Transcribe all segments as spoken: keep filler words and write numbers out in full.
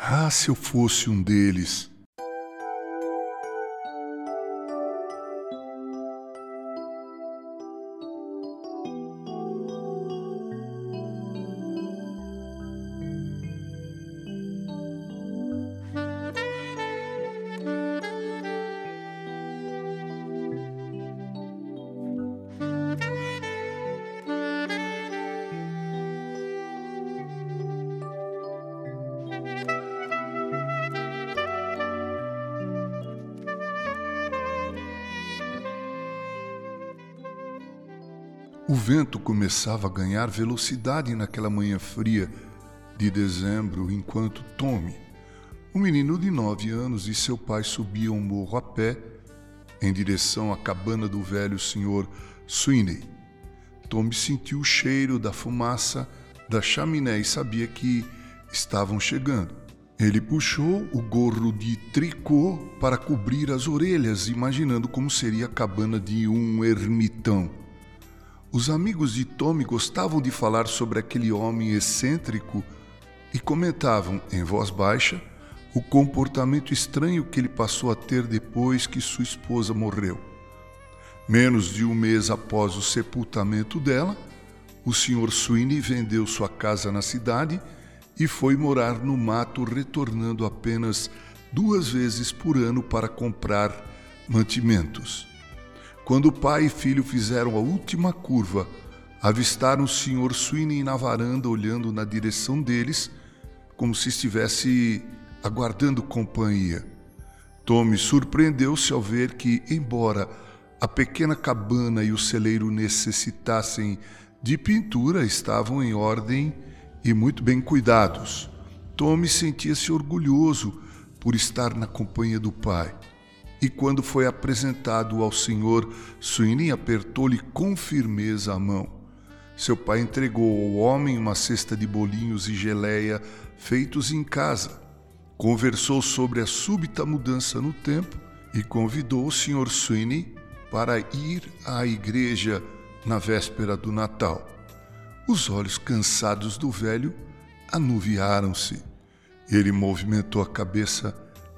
Ah, se eu fosse um deles! O vento começava a ganhar velocidade naquela manhã fria de dezembro, enquanto Tommy, um menino de nove anos, e seu pai subiam o morro a pé em direção à cabana do velho senhor Sweeney. Tommy sentiu o cheiro da fumaça da chaminé e sabia que estavam chegando. Ele puxou o gorro de tricô para cobrir as orelhas, imaginando como seria a cabana de um ermitão. Os amigos de Tommy gostavam de falar sobre aquele homem excêntrico e comentavam, em voz baixa, o comportamento estranho que ele passou a ter depois que sua esposa morreu. Menos de um mês após o sepultamento dela, o senhor Sweeney vendeu sua casa na cidade e foi morar no mato, retornando apenas duas vezes por ano para comprar mantimentos. Quando o pai e filho fizeram a última curva, avistaram o senhor Sweeney na varanda, olhando na direção deles, como se estivesse aguardando companhia. Tommy surpreendeu-se ao ver que, embora a pequena cabana e o celeiro necessitassem de pintura, estavam em ordem e muito bem cuidados. Tommy sentia-se orgulhoso por estar na companhia do pai. E quando foi apresentado ao senhor Sweeney, apertou-lhe com firmeza a mão. Seu pai entregou ao homem uma cesta de bolinhos e geleia feitos em casa. Conversou sobre a súbita mudança no tempo e convidou o senhor Sweeney para ir à igreja na véspera do Natal. Os olhos cansados do velho anuviaram-se. Ele movimentou a cabeça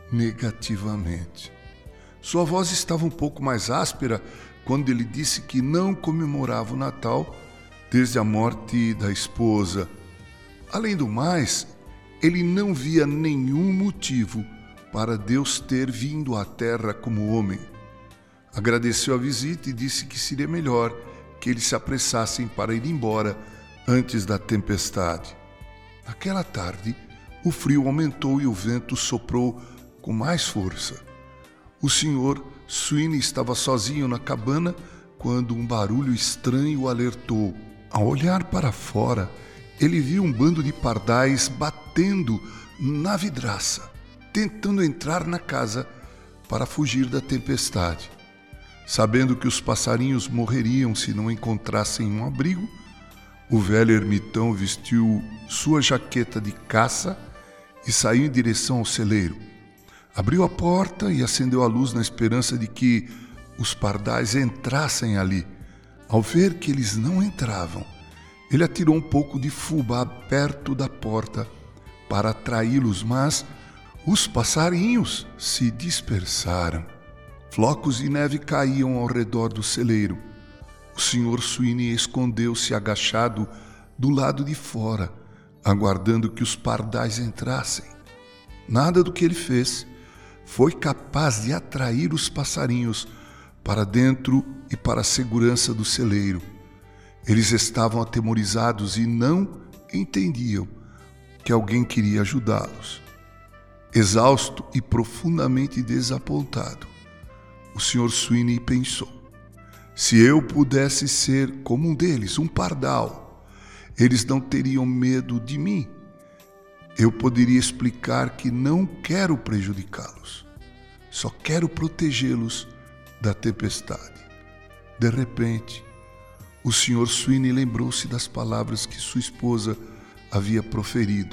negativamente. Sua voz estava um pouco mais áspera quando ele disse que não comemorava o Natal desde a morte da esposa. Além do mais, ele não via nenhum motivo para Deus ter vindo à terra como homem. Agradeceu a visita e disse que seria melhor que eles se apressassem para ir embora antes da tempestade. Naquela tarde, o frio aumentou e o vento soprou com mais força. O senhor Sweeney estava sozinho na cabana quando um barulho estranho o alertou. Ao olhar para fora, ele viu um bando de pardais batendo na vidraça, tentando entrar na casa para fugir da tempestade. Sabendo que os passarinhos morreriam se não encontrassem um abrigo, o velho ermitão vestiu sua jaqueta de caça e saiu em direção ao celeiro. Abriu a porta e acendeu a luz na esperança de que os pardais entrassem ali. Ao ver que eles não entravam, ele atirou um pouco de fubá perto da porta para atraí-los, mas os passarinhos se dispersaram. Flocos de neve caíam ao redor do celeiro. O senhor Sweeney escondeu-se agachado do lado de fora, aguardando que os pardais entrassem. Nada do que ele fez foi capaz de atrair os passarinhos para dentro e para a segurança do celeiro. Eles estavam atemorizados e não entendiam que alguém queria ajudá-los. Exausto e profundamente desapontado, o senhor Sweeney pensou: se eu pudesse ser como um deles, um pardal, eles não teriam medo de mim. Eu poderia explicar que não quero prejudicá-los, só quero protegê-los da tempestade. De repente, o senhor Sweeney lembrou-se das palavras que sua esposa havia proferido.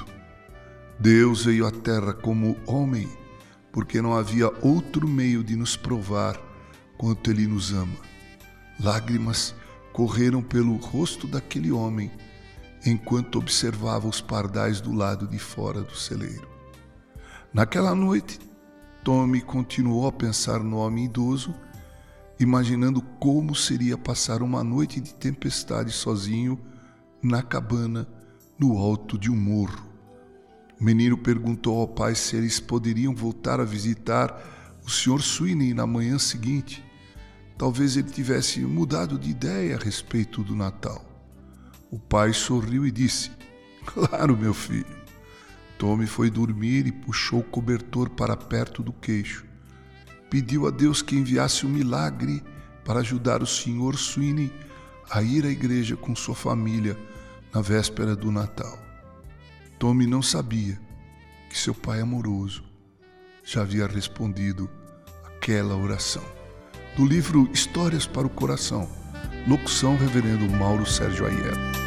Deus veio à terra como homem, porque não havia outro meio de nos provar quanto Ele nos ama. Lágrimas correram pelo rosto daquele homem, enquanto observava os pardais do lado de fora do celeiro. Naquela noite, Tommy continuou a pensar no homem idoso, imaginando como seria passar uma noite de tempestade sozinho na cabana no alto de um morro. O menino perguntou ao pai se eles poderiam voltar a visitar o senhor Sweeney na manhã seguinte. Talvez ele tivesse mudado de ideia a respeito do Natal. O pai sorriu e disse: "Claro, meu filho." Tommy foi dormir e puxou o cobertor para perto do queixo. Pediu a Deus que enviasse um milagre para ajudar o senhor Sweeney a ir à igreja com sua família na véspera do Natal. Tommy não sabia que seu pai amoroso já havia respondido aquela oração. Do livro Histórias para o Coração, locução Reverendo Mauro Sérgio Aiello.